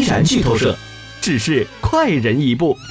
然剧透社，只是快人一步。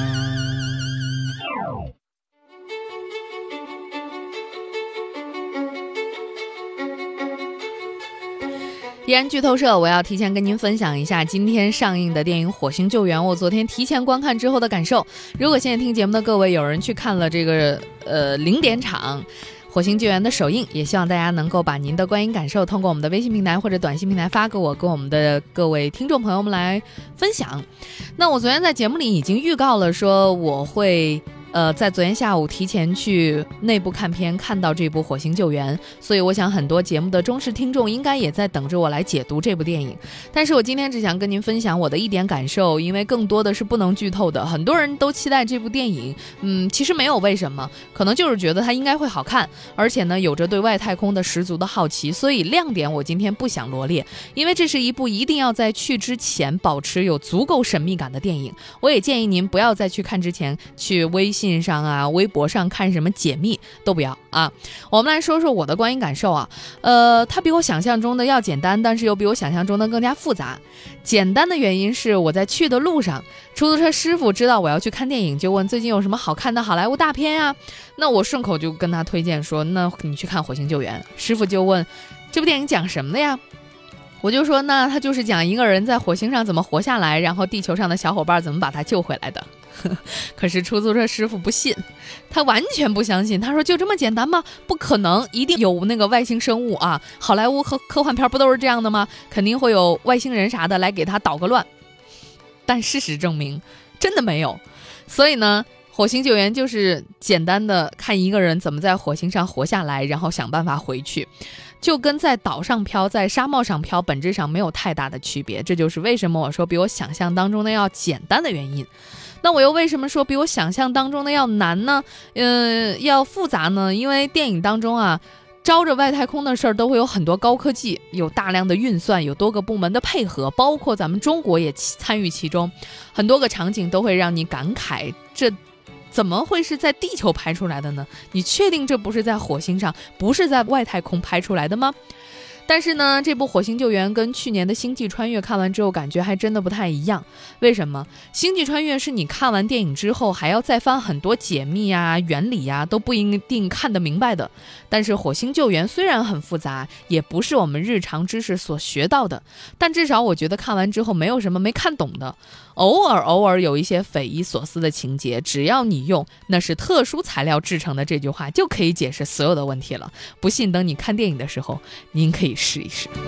依然剧透社，我要提前跟您分享一下今天上映的电影《火星救援》，我昨天提前观看之后的感受。如果现在听节目的各位有人去看了这个0点场火星救援的首映，也希望大家能够把您的观影感受通过我们的微信平台或者短信平台发给我，跟我们的各位听众朋友们来分享。那我昨天在节目里已经预告了说我会在昨天下午提前去内部看片，看到这部《火星救援》，所以我想很多节目的忠实听众应该也在等着我来解读这部电影。但是我今天只想跟您分享我的一点感受，因为更多的是不能剧透的。很多人都期待这部电影，其实没有为什么，可能就是觉得它应该会好看，而且呢有着对外太空的十足的好奇，所以亮点我今天不想罗列，因为这是一部一定要在去之前保持有足够神秘感的电影。我也建议您不要在去看之前去微信上啊、微博上看什么解密，都不要啊。我们来说说我的观影感受啊。它比我想象中的要简单，但是又比我想象中的更加复杂。简单的原因是我在去的路上，出租车师傅知道我要去看电影，就问最近有什么好看的好莱坞大片呀？那我顺口就跟他推荐说，那你去看《火星救援》。师傅就问这部电影讲什么的呀？我就说那他就是讲一个人在火星上怎么活下来，然后地球上的小伙伴怎么把他救回来的。可是出租车师傅不信，他完全不相信，他说就这么简单吗？不可能，一定有那个外星生物啊，好莱坞和科幻片不都是这样的吗？肯定会有外星人啥的来给他捣个乱。但事实证明真的没有。所以呢，火星救援就是简单的看一个人怎么在火星上活下来，然后想办法回去，就跟在岛上飘、在沙漠上飘本质上没有太大的区别。这就是为什么我说比我想象当中的要简单的原因。那我又为什么说比我想象当中的要难呢？要复杂呢？因为电影当中啊，招着外太空的事儿都会有很多高科技，有大量的运算，有多个部门的配合，包括咱们中国也参与其中，很多个场景都会让你感慨，这怎么会是在地球拍出来的呢？你确定这不是在火星上，不是在外太空拍出来的吗？但是呢，这部《火星救援》跟去年的《星际穿越》看完之后感觉还真的不太一样。为什么？《星际穿越》是你看完电影之后还要再翻很多解密啊、原理啊，都不一定看得明白的。但是《火星救援》虽然很复杂，也不是我们日常知识所学到的，但至少我觉得看完之后没有什么没看懂的。偶尔有一些匪夷所思的情节，只要你用那是特殊材料制成的这句话，就可以解释所有的问题了。不信等你看电影的时候，您可以试一试。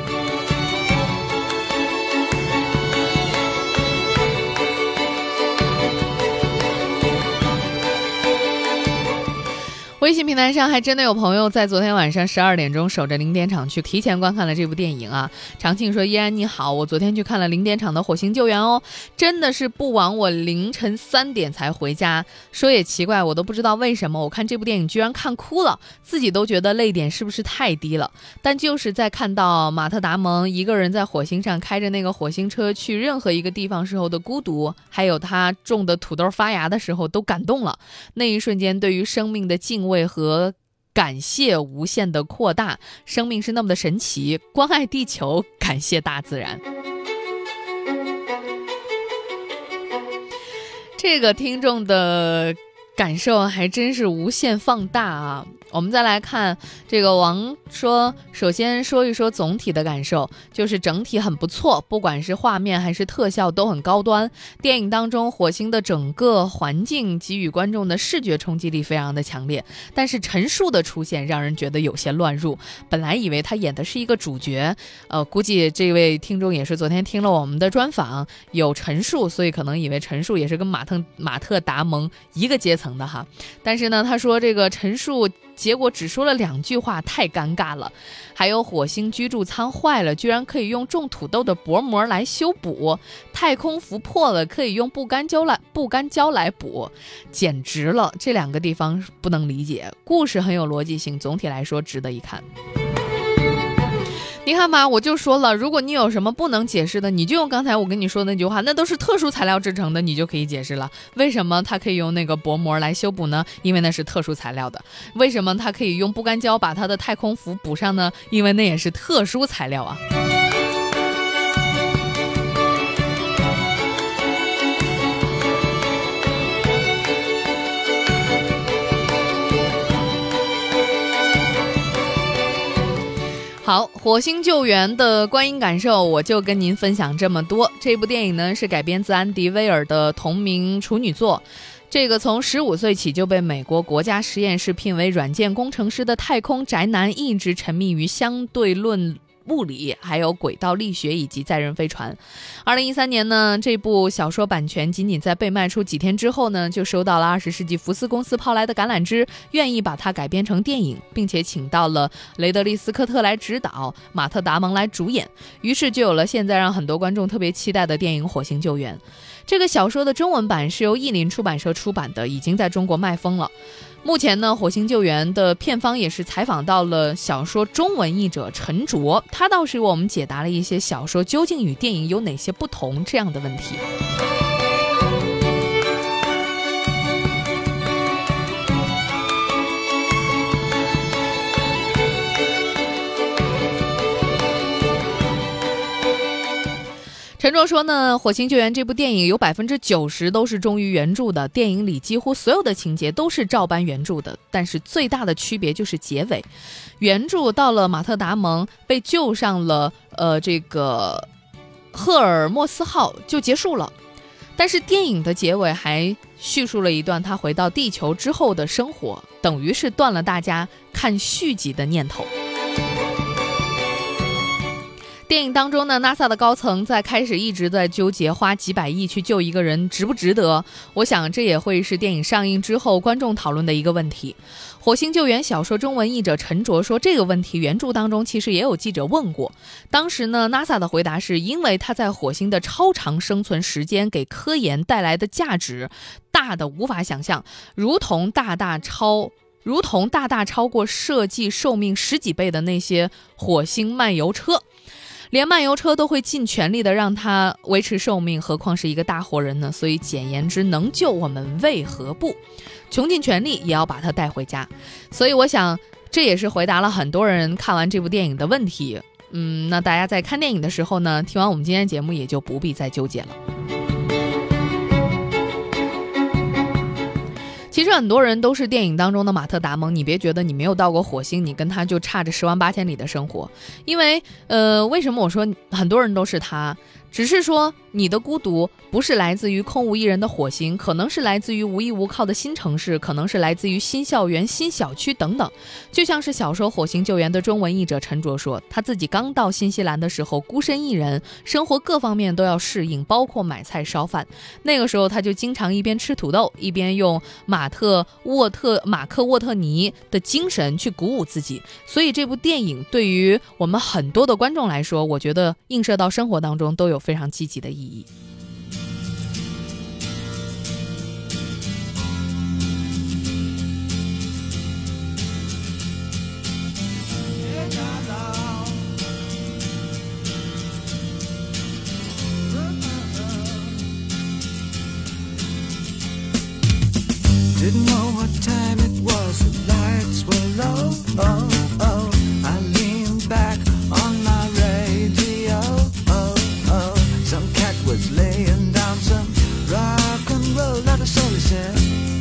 微信平台上还真的有朋友在昨天晚上12点钟守着0点场去提前观看了这部电影啊。长庆说，依然你好，我昨天去看了0点场的《火星救援》哦，真的是不枉我凌晨3点才回家。说也奇怪，我都不知道为什么我看这部电影居然看哭了，自己都觉得泪点是不是太低了。但就是在看到马特达蒙一个人在火星上开着那个火星车去任何一个地方时候的孤独，还有他种的土豆发芽的时候，都感动了。那一瞬间对于生命的敬畏和感谢无限的扩大，生命是那么的神奇，关爱地球，感谢大自然。这个听众的感受还真是无限放大啊。我们再来看这个王说，首先说一说总体的感受，就是整体很不错，不管是画面还是特效都很高端。电影当中火星的整个环境给予观众的视觉冲击力非常的强烈，但是陈数的出现让人觉得有些乱入。本来以为他演的是一个主角，估计这位听众也是昨天听了我们的专访，有陈数，所以可能以为陈数也是跟马特达蒙一个阶层的哈。但是呢，他说这个陈数结果只说了2句话，太尴尬了。还有火星居住舱坏了，居然可以用种土豆的薄膜来修补；太空服破了，可以用不干胶来补，简直了！这2个地方不能理解。故事很有逻辑性，总体来说值得一看。你看吧，我就说了，如果你有什么不能解释的，你就用刚才我跟你说的那句话，那都是特殊材料制成的，你就可以解释了。为什么它可以用那个薄膜来修补呢？因为那是特殊材料的。为什么它可以用不干胶把它的太空服补上呢？因为那也是特殊材料啊。 好，火星救援的观影感受我就跟您分享这么多。这部电影呢是改编自安迪·威尔的同名处女作。这个从15岁起就被美国国家实验室聘为软件工程师的太空宅男，一直沉迷于相对论物理，还有轨道力学以及载人飞船。2013年呢，这部小说版权仅仅在被卖出几天之后呢，就收到了20世纪福斯公司抛来的橄榄枝，愿意把它改编成电影，并且请到了雷德利·斯科特来指导，马特·达蒙来主演，于是就有了现在让很多观众特别期待的电影《火星救援》。这个小说的中文版是由译林出版社出版的，已经在中国卖疯了。目前呢，《火星救援》的片方也是采访到了小说中文译者陈卓，他倒是为我们解答了一些小说究竟与电影有哪些不同这样的问题。陈卓说呢，《火星救援》这部电影有90%都是忠于原著的，电影里几乎所有的情节都是照搬原著的，但是最大的区别就是结尾。原著到了马特·达蒙被救上了这个赫尔墨斯号就结束了，但是电影的结尾还叙述了一段他回到地球之后的生活，等于是断了大家看续集的念头。电影当中呢 NASA 的高层在开始一直在纠结花几百亿去救一个人值不值得，我想这也会是电影上映之后观众讨论的一个问题。火星救援小说中文译者陈卓说，这个问题原著当中其实也有记者问过，当时呢 NASA 的回答是因为它在火星的超长生存时间给科研带来的价值大的无法想象，如同大大超过设计寿命10几倍的那些火星漫游车，连漫游车都会尽全力的让它维持寿命，何况是一个大活人呢？所以简言之，能救我们为何不？穷尽全力也要把它带回家。所以我想这也是回答了很多人看完这部电影的问题。那大家在看电影的时候呢，听完我们今天节目也就不必再纠结了。其实很多人都是电影当中的马特·达蒙，你别觉得你没有到过火星，你跟他就差着10万8千里的生活。因为为什么我说很多人都是他，只是说你的孤独不是来自于空无一人的火星，可能是来自于无依无靠的新城市，可能是来自于新校园、新小区等等。就像是小说《火星救援》的中文译者陈卓说，他自己刚到新西兰的时候孤身一人，生活各方面都要适应，包括买菜烧饭。那个时候他就经常一边吃土豆，一边用马克沃特尼的精神去鼓舞自己。所以这部电影对于我们很多的观众来说，我觉得映射到生活当中都有非常积极的意义。 Didn't know what time it was, the lights were low. I leaned back on my radio. Some cat was laying down some rock and roll, not a soul he said.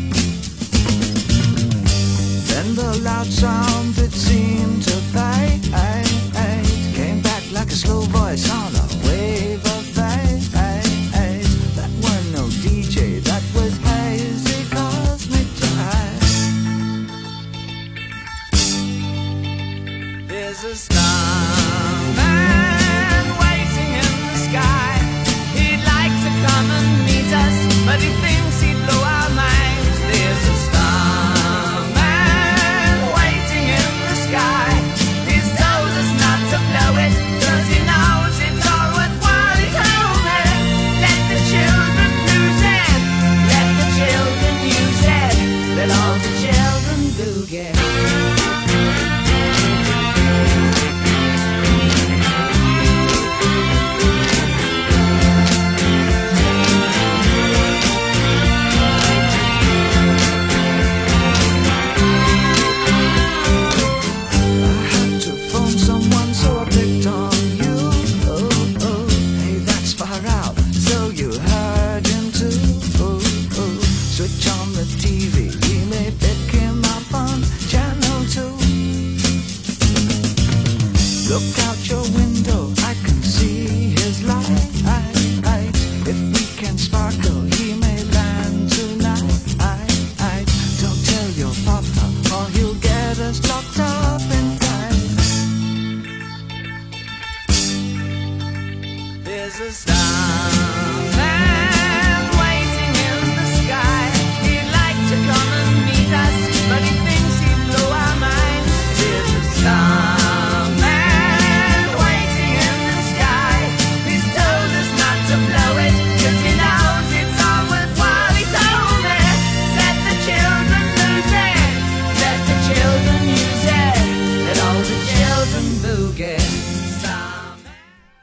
Then the loud sound that seemed to fade came back like a slow voice on a wave of bass. That wasn't no DJ, that was hazy cosmic jive. There's a starman waiting in the sky. He'd like to come and meet us, but he thinks he'd blow our minds. There's a starman waiting in the sky. He's told us not to blow it, 'cause he knows is a star.